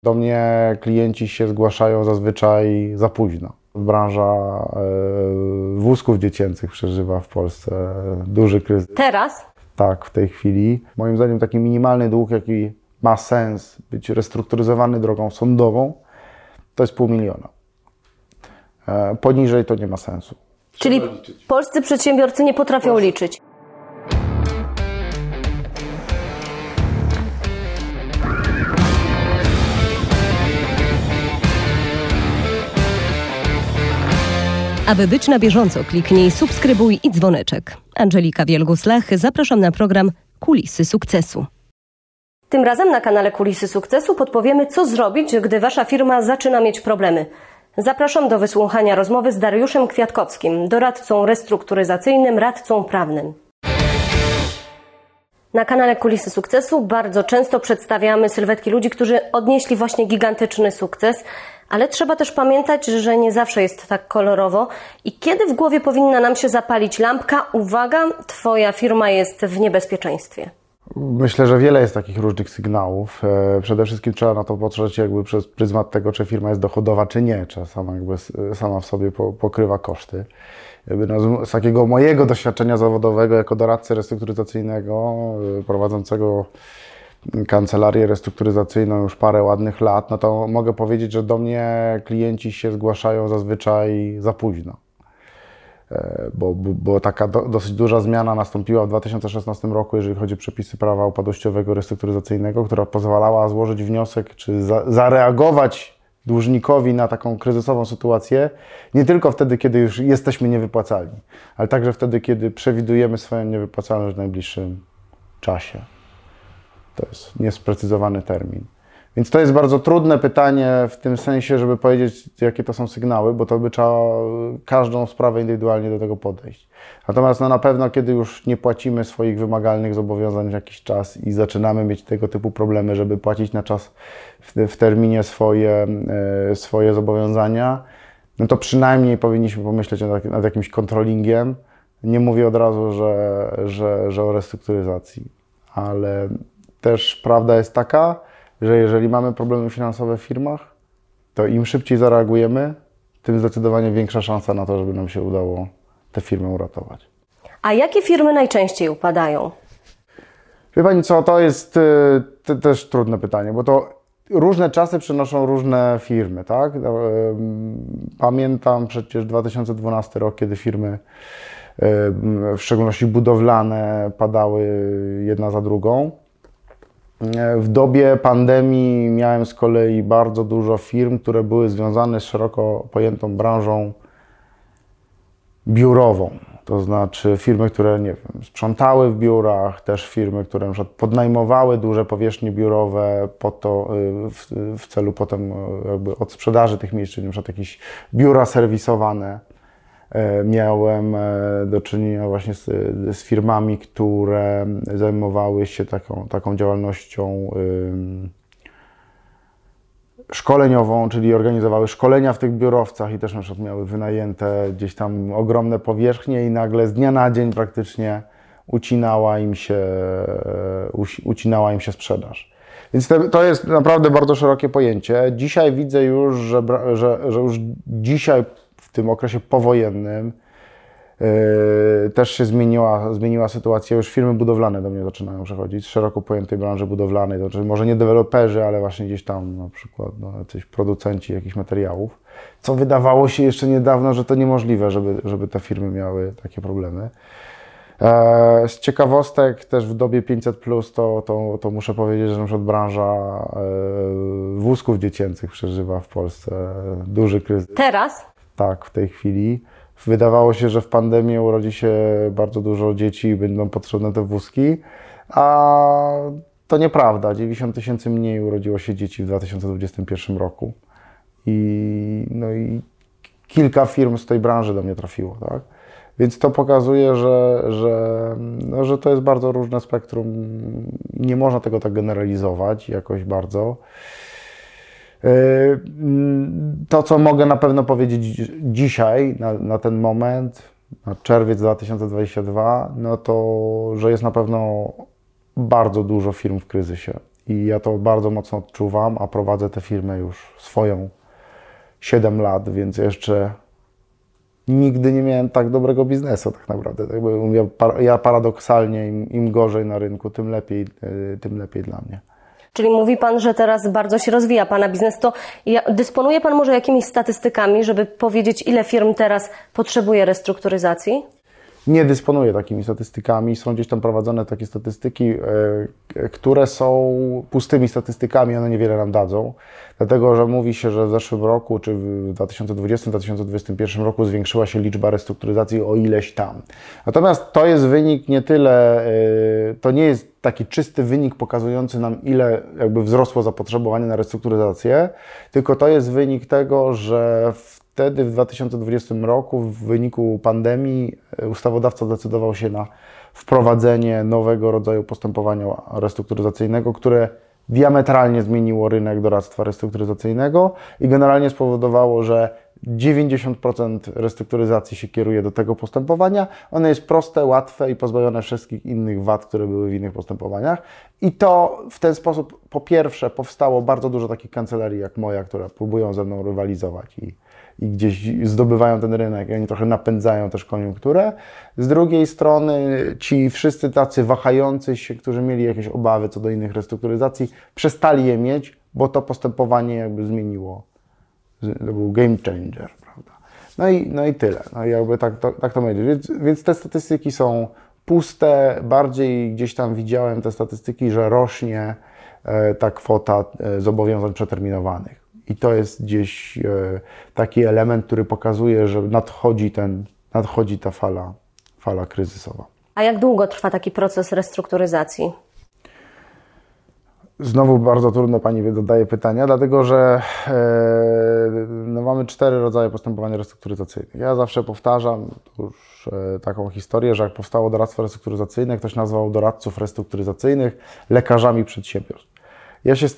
Do mnie klienci się zgłaszają zazwyczaj za późno. Branża wózków dziecięcych przeżywa w Polsce duży kryzys. Teraz? Tak, w tej chwili. Moim zdaniem taki minimalny dług, jaki ma sens być restrukturyzowany drogą sądową, to jest 500 000. Poniżej to nie ma sensu. Czyli polscy przedsiębiorcy nie potrafią liczyć. Aby być na bieżąco, kliknij subskrybuj i dzwoneczek. Angelika Wielgus-Lach, zapraszam na program Kulisy Sukcesu. Tym razem na kanale Kulisy Sukcesu podpowiemy, co zrobić, gdy Wasza firma zaczyna mieć problemy. Zapraszam do wysłuchania rozmowy z Dariuszem Kwiatkowskim, doradcą restrukturyzacyjnym, radcą prawnym. Na kanale Kulisy Sukcesu bardzo często przedstawiamy sylwetki ludzi, którzy odnieśli właśnie gigantyczny sukces, ale trzeba też pamiętać, że nie zawsze jest tak kolorowo i kiedy w głowie powinna nam się zapalić lampka, uwaga, Twoja firma jest w niebezpieczeństwie. Myślę, że wiele jest takich różnych sygnałów. Przede wszystkim trzeba na to patrzeć jakby przez pryzmat tego, czy firma jest dochodowa, czy nie, czy sama w sobie pokrywa koszty. Z takiego mojego doświadczenia zawodowego jako doradcy restrukturyzacyjnego, prowadzącego kancelarię restrukturyzacyjną już parę ładnych lat, no to mogę powiedzieć, że do mnie klienci się zgłaszają zazwyczaj za późno. Bo taka dosyć duża zmiana nastąpiła w 2016 roku, jeżeli chodzi o przepisy prawa upadłościowego restrukturyzacyjnego, która pozwalała złożyć wniosek, czy zareagować dłużnikowi na taką kryzysową sytuację, nie tylko wtedy, kiedy już jesteśmy niewypłacalni, ale także wtedy, kiedy przewidujemy swoją niewypłacalność w najbliższym czasie. To jest niesprecyzowany termin. Więc to jest bardzo trudne pytanie w tym sensie, żeby powiedzieć, jakie to są sygnały, bo to by trzeba każdą sprawę indywidualnie do tego podejść. Natomiast na pewno, kiedy już nie płacimy swoich wymagalnych zobowiązań w jakiś czas i zaczynamy mieć tego typu problemy, żeby płacić na czas w terminie swoje zobowiązania, no to przynajmniej powinniśmy pomyśleć nad jakimś kontrolingiem. Nie mówię od razu, że o restrukturyzacji, ale też prawda jest taka, że jeżeli mamy problemy finansowe w firmach, to im szybciej zareagujemy, tym zdecydowanie większa szansa na to, żeby nam się udało tę firmę uratować. A jakie firmy najczęściej upadają? Wie Pani co, to jest też trudne pytanie, bo to różne czasy przynoszą różne firmy, tak? Pamiętam przecież 2012 rok, kiedy firmy, w szczególności budowlane, padały jedna za drugą. W dobie pandemii miałem z kolei bardzo dużo firm, które były związane z szeroko pojętą branżą biurową. To znaczy firmy, które nie wiem, sprzątały w biurach, też firmy, które na przykład podnajmowały duże powierzchnie biurowe po to, w celu potem jakby odsprzedaży tych miejsc, czyli na przykład jakieś biura serwisowane. Miałem do czynienia właśnie z firmami, które zajmowały się taką działalnością szkoleniową, czyli organizowały szkolenia w tych biurowcach i też na przykład miały wynajęte gdzieś tam ogromne powierzchnie i nagle z dnia na dzień praktycznie ucinała im się sprzedaż. Więc to jest naprawdę bardzo szerokie pojęcie. Dzisiaj widzę już, że już dzisiaj w tym okresie powojennym też się zmieniła sytuacja. Już firmy budowlane do mnie zaczynają przechodzić z szeroko pojętej branży budowlanej. To znaczy może nie deweloperzy, ale właśnie gdzieś tam na przykład jacyś producenci jakichś materiałów. Co wydawało się jeszcze niedawno, że to niemożliwe, żeby te firmy miały takie problemy. Z ciekawostek też w dobie 500+, to muszę powiedzieć, że na przykład branża wózków dziecięcych przeżywa w Polsce duży kryzys. Teraz? Tak, w tej chwili. Wydawało się, że w pandemii urodzi się bardzo dużo dzieci i będą potrzebne te wózki, a to nieprawda. 90 000 mniej urodziło się dzieci w 2021 roku. I kilka firm z tej branży do mnie trafiło, tak? Więc to pokazuje, że to jest bardzo różne spektrum. Nie można tego tak generalizować jakoś bardzo. To, co mogę na pewno powiedzieć dzisiaj, na ten moment, na czerwiec 2022, no to, że jest na pewno bardzo dużo firm w kryzysie I ja to bardzo mocno odczuwam, a prowadzę tę firmę już swoją 7 lat, więc jeszcze nigdy nie miałem tak dobrego biznesu tak naprawdę. Tak jakby ja paradoksalnie im gorzej na rynku, tym lepiej dla mnie. Czyli mówi Pan, że teraz bardzo się rozwija Pana biznes. To dysponuje Pan może jakimiś statystykami, żeby powiedzieć, ile firm teraz potrzebuje restrukturyzacji? Nie dysponuję takimi statystykami. Są gdzieś tam prowadzone takie statystyki, które są pustymi statystykami, one niewiele nam dadzą. Dlatego, że mówi się, że w zeszłym roku, czy w 2020-2021 roku zwiększyła się liczba restrukturyzacji o ileś tam. Natomiast to jest wynik nie tyle, to nie jest taki czysty wynik pokazujący nam, ile jakby wzrosło zapotrzebowanie na restrukturyzację, tylko to jest wynik tego, że wtedy w 2020 roku w wyniku pandemii ustawodawca zdecydował się na wprowadzenie nowego rodzaju postępowania restrukturyzacyjnego, które diametralnie zmieniło rynek doradztwa restrukturyzacyjnego i generalnie spowodowało, że 90% restrukturyzacji się kieruje do tego postępowania. Ono jest proste, łatwe i pozbawione wszystkich innych wad, które były w innych postępowaniach. I to w ten sposób, po pierwsze, powstało bardzo dużo takich kancelarii jak moja, które próbują ze mną rywalizować i gdzieś zdobywają ten rynek i oni trochę napędzają też koniunkturę. Z drugiej strony ci wszyscy tacy wahający się, którzy mieli jakieś obawy co do innych restrukturyzacji, przestali je mieć, bo to postępowanie jakby zmieniło. To był game changer, prawda? No i tyle. No i jakby tak to będzie. Więc te statystyki są puste. Bardziej gdzieś tam widziałem te statystyki, że rośnie ta kwota zobowiązań przeterminowanych. I to jest gdzieś taki element, który pokazuje, że nadchodzi ta fala kryzysowa. A jak długo trwa taki proces restrukturyzacji? Znowu bardzo trudno Pani zadaje pytania, dlatego że mamy 4 rodzaje postępowań restrukturyzacyjnych. Ja zawsze powtarzam już taką historię, że jak powstało doradztwo restrukturyzacyjne, ktoś nazwał doradców restrukturyzacyjnych lekarzami przedsiębiorstw. Ja się z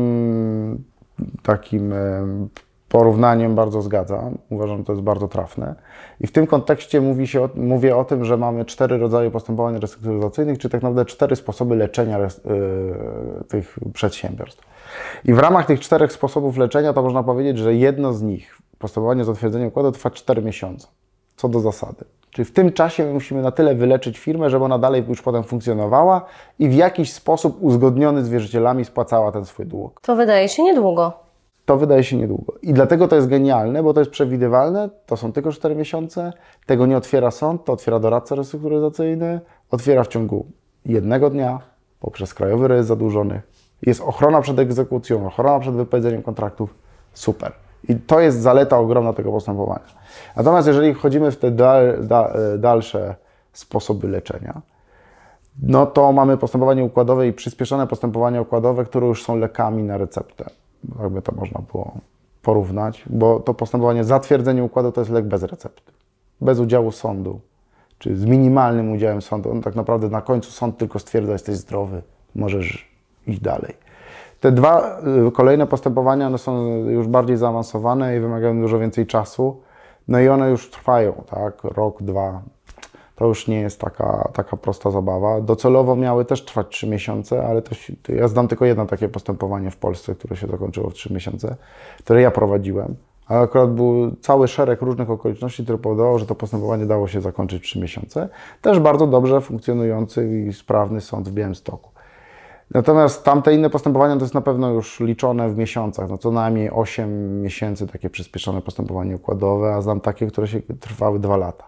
tym takim porównaniem bardzo zgadzam. Uważam, że to jest bardzo trafne. I w tym kontekście mówię o tym, że mamy 4 rodzaje postępowań restrukturyzacyjnych, czy tak naprawdę 4 sposoby leczenia tych przedsiębiorstw. I w ramach tych 4 sposobów leczenia to można powiedzieć, że jedno z nich, postępowanie zatwierdzenia układu, trwa 4 miesiące, co do zasady. Czyli w tym czasie my musimy na tyle wyleczyć firmę, żeby ona dalej już potem funkcjonowała i w jakiś sposób uzgodniony z wierzycielami spłacała ten swój dług. To wydaje się niedługo. To wydaje się niedługo. I dlatego to jest genialne, bo to jest przewidywalne, to są tylko 4 miesiące, tego nie otwiera sąd, to otwiera doradca restrukturyzacyjny, otwiera w ciągu 1 dnia poprzez Krajowy Rejestr Zadłużonych. Jest ochrona przed egzekucją, ochrona przed wypowiedzeniem kontraktów. Super. I to jest zaleta ogromna tego postępowania. Natomiast jeżeli wchodzimy w te dalsze sposoby leczenia, no to mamy postępowanie układowe i przyspieszone postępowania układowe, które już są lekami na receptę. Jakby to można było porównać, bo to postępowanie zatwierdzenie układu to jest lek bez recepty, bez udziału sądu, czy z minimalnym udziałem sądu. On tak naprawdę na końcu sąd tylko stwierdza, jesteś zdrowy, możesz iść dalej. Te 2 kolejne postępowania one są już bardziej zaawansowane i wymagają dużo więcej czasu, no i one już trwają, tak, rok, 2. To już nie jest taka prosta zabawa. Docelowo miały też trwać 3 miesiące, ale ja znam tylko jedno takie postępowanie w Polsce, które się zakończyło w 3 miesiące, które ja prowadziłem. Ale akurat był cały szereg różnych okoliczności, które powodowało, że to postępowanie dało się zakończyć w 3 miesiące. Też bardzo dobrze funkcjonujący i sprawny sąd w Białymstoku. Natomiast tamte inne postępowania to jest na pewno już liczone w miesiącach, no co najmniej 8 miesięcy takie przyspieszone postępowanie układowe, a znam takie, które trwały 2 lata.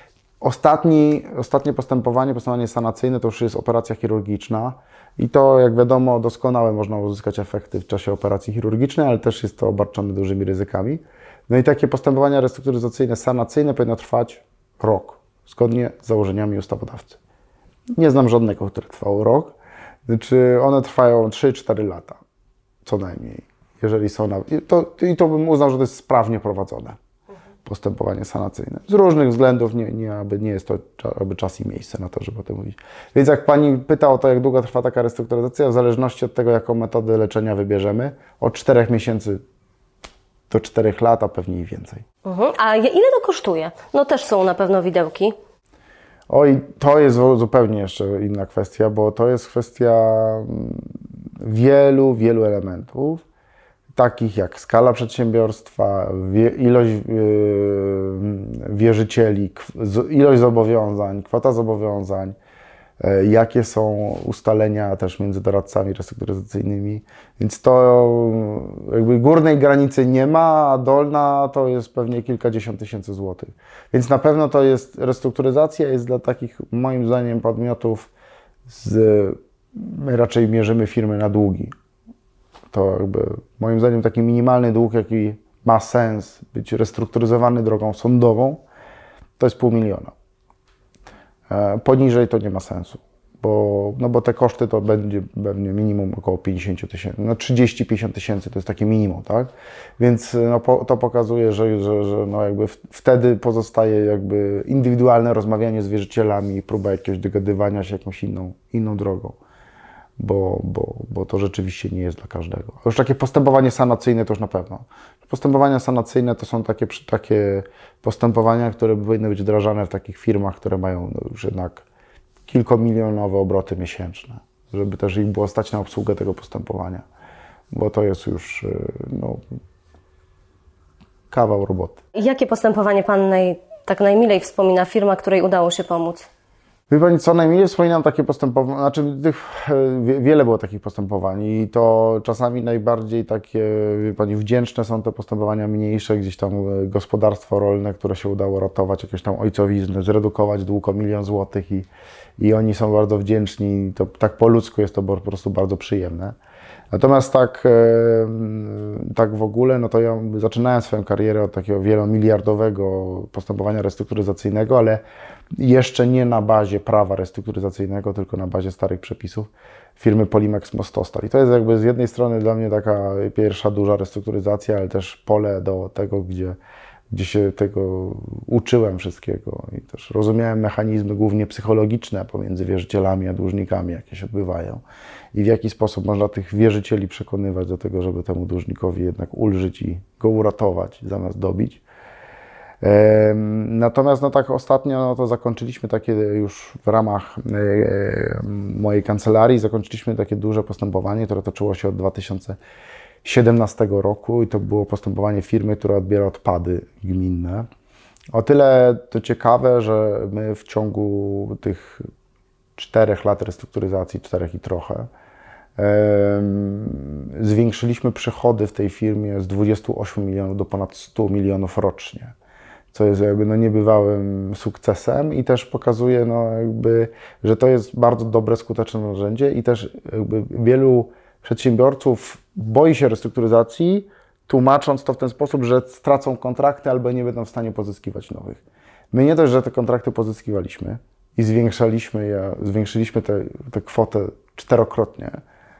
Ostatnie postępowanie sanacyjne to już jest operacja chirurgiczna i to, jak wiadomo, doskonale można uzyskać efekty w czasie operacji chirurgicznej, ale też jest to obarczone dużymi ryzykami. No i takie postępowania restrukturyzacyjne sanacyjne powinno trwać rok, zgodnie z założeniami ustawodawcy. Nie znam żadnego, które trwało rok, znaczy one trwają 3-4 lata, co najmniej, jeżeli są to bym uznał, że to jest sprawnie prowadzone. Postępowanie sanacyjne. Z różnych względów nie jest to czas i miejsce na to, żeby o tym mówić. Więc jak Pani pyta o to, jak długo trwa taka restrukturyzacja, w zależności od tego, jaką metodę leczenia wybierzemy, od 4 miesięcy do 4 lat, a pewnie i więcej. A ile to kosztuje? No też są na pewno widełki. Oj, to jest zupełnie jeszcze inna kwestia, bo to jest kwestia wielu elementów, takich jak skala przedsiębiorstwa, ilość wierzycieli, ilość zobowiązań, kwota zobowiązań, jakie są ustalenia też między doradcami restrukturyzacyjnymi. Więc to jakby górnej granicy nie ma, a dolna to jest pewnie kilkadziesiąt tysięcy złotych. Więc na pewno to jest, restrukturyzacja jest dla takich, moim zdaniem, podmiotów, my raczej mierzymy firmy na długi. To jakby, moim zdaniem, taki minimalny dług, jaki ma sens być restrukturyzowany drogą sądową, to jest 500 000. Poniżej to nie ma sensu, bo te koszty to będzie pewnie minimum około 50 000, 30-50 tysięcy to jest takie minimum, tak? Więc to pokazuje, że no jakby wtedy pozostaje jakby indywidualne rozmawianie z wierzycielami, próba jakiegoś dogadywania się jakąś inną drogą, bo to rzeczywiście nie jest dla każdego. A już takie postępowanie sanacyjne to już na pewno. Postępowania sanacyjne to są takie postępowania, które powinny być wdrażane w takich firmach, które mają już jednak kilkomilionowe obroty miesięczne, żeby też ich było stać na obsługę tego postępowania, bo to jest już kawał roboty. Jakie postępowanie Pan tak najmilej wspomina, firma, której udało się pomóc? Wie Pani co, najmniej wspominam takie postępowania, znaczy wiele było takich postępowań i to czasami najbardziej takie, wie Pani, wdzięczne są te postępowania mniejsze, gdzieś tam gospodarstwo rolne, które się udało ratować, jakieś tam ojcowiznę, zredukować dług o 1 000 000 złotych i oni są bardzo wdzięczni, to tak po ludzku jest to po prostu bardzo przyjemne. Natomiast tak w ogóle, no to ja zaczynałem swoją karierę od takiego wielomiliardowego postępowania restrukturyzacyjnego, ale jeszcze nie na bazie prawa restrukturyzacyjnego, tylko na bazie starych przepisów firmy Polimex Mostostal. I to jest jakby z jednej strony dla mnie taka pierwsza duża restrukturyzacja, ale też pole do tego, gdzie się tego uczyłem wszystkiego i też rozumiałem mechanizmy głównie psychologiczne pomiędzy wierzycielami a dłużnikami, jakie się odbywają i w jaki sposób można tych wierzycieli przekonywać do tego, żeby temu dłużnikowi jednak ulżyć i go uratować zamiast dobić. Natomiast no tak ostatnio no to zakończyliśmy takie już w ramach mojej kancelarii, zakończyliśmy takie duże postępowanie, które toczyło się od 2017 roku i to było postępowanie firmy, która odbiera odpady gminne. O tyle to ciekawe, że my w ciągu tych 4 lat restrukturyzacji, 4 i trochę, zwiększyliśmy przychody w tej firmie z 28 milionów do ponad 100 milionów rocznie, co jest jakby no niebywałym sukcesem i też pokazuje no jakby, że to jest bardzo dobre, skuteczne narzędzie i też jakby wielu przedsiębiorców boi się restrukturyzacji, tłumacząc to w ten sposób, że stracą kontrakty albo nie będą w stanie pozyskiwać nowych. My nie dość, że te kontrakty pozyskiwaliśmy i zwiększyliśmy tę kwotę 4-krotnie,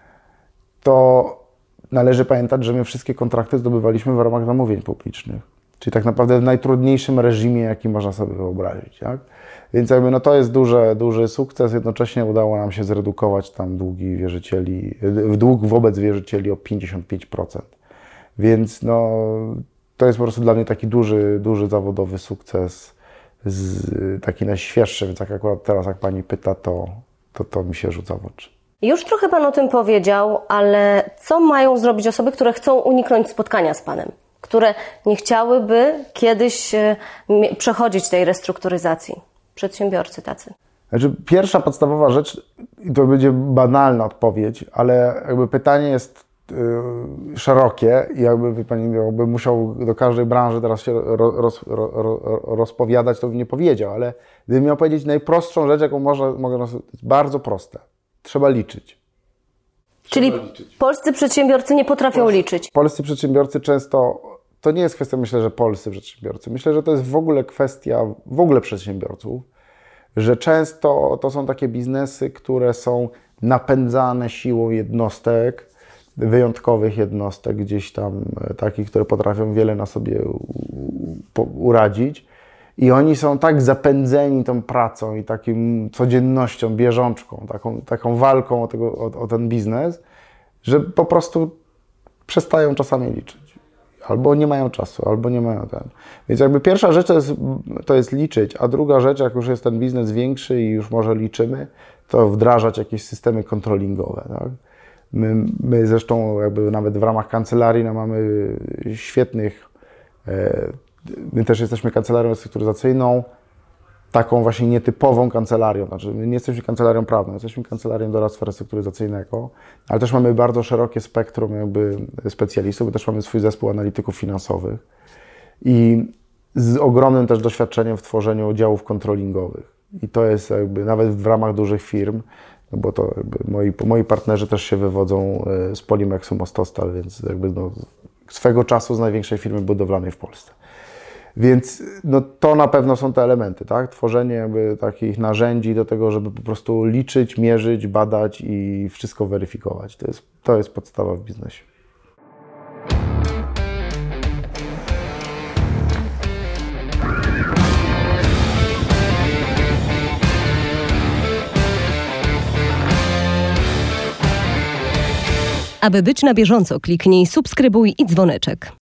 to należy pamiętać, że my wszystkie kontrakty zdobywaliśmy w ramach zamówień publicznych. Czyli tak naprawdę w najtrudniejszym reżimie, jaki można sobie wyobrazić. Tak? Więc jakby no to jest duży sukces. Jednocześnie udało nam się zredukować tam dług wobec wierzycieli o 55%. Więc no, to jest po prostu dla mnie taki duży zawodowy sukces, taki najświeższy, więc jak akurat teraz jak Pani pyta, to mi się rzuca w oczy. Już trochę Pan o tym powiedział, ale co mają zrobić osoby, które chcą uniknąć spotkania z Panem? Które nie chciałyby kiedyś przechodzić tej restrukturyzacji? Przedsiębiorcy tacy. Znaczy, pierwsza podstawowa rzecz, i to będzie banalna odpowiedź, ale jakby pytanie jest szerokie i jakby Pani musiał do każdej branży teraz się rozpowiadać, to bym nie powiedział, ale gdybym miał powiedzieć najprostszą rzecz, jaką mogę, jest bardzo proste. Trzeba liczyć. Czyli polscy przedsiębiorcy nie potrafią liczyć. Polscy przedsiębiorcy często, to nie jest kwestia, myślę, że polscy przedsiębiorcy. Myślę, że to jest w ogóle kwestia przedsiębiorców, że często to są takie biznesy, które są napędzane siłą jednostek, wyjątkowych jednostek, gdzieś tam takich, które potrafią wiele na sobie uradzić. I oni są tak zapędzeni tą pracą i taką codziennością, bieżączką, taką walką o ten biznes, że po prostu przestają czasami liczyć. Albo nie mają czasu, albo nie mają Więc jakby pierwsza rzecz to jest liczyć, a druga rzecz, jak już jest ten biznes większy i już może liczymy, to wdrażać jakieś systemy kontrolingowe. Tak? My zresztą jakby nawet w ramach kancelarii mamy świetnych, my też jesteśmy kancelarią restrukturyzacyjną, taką właśnie nietypową kancelarią. Znaczy, my nie jesteśmy kancelarią prawną, jesteśmy kancelarią doradztwa restrukturyzacyjnego, ale też mamy bardzo szerokie spektrum jakby specjalistów, bo też mamy swój zespół analityków finansowych i z ogromnym też doświadczeniem w tworzeniu działów kontrolingowych. I to jest jakby nawet w ramach dużych firm, no bo to jakby moi partnerzy też się wywodzą z Polimexu Mostostal, więc jakby swego czasu z największej firmy budowlanej w Polsce. Więc no, to na pewno są te elementy, tak? Tworzenie jakby takich narzędzi do tego, żeby po prostu liczyć, mierzyć, badać i wszystko weryfikować. To jest podstawa w biznesie. Aby być na bieżąco, kliknij subskrybuj i dzwoneczek.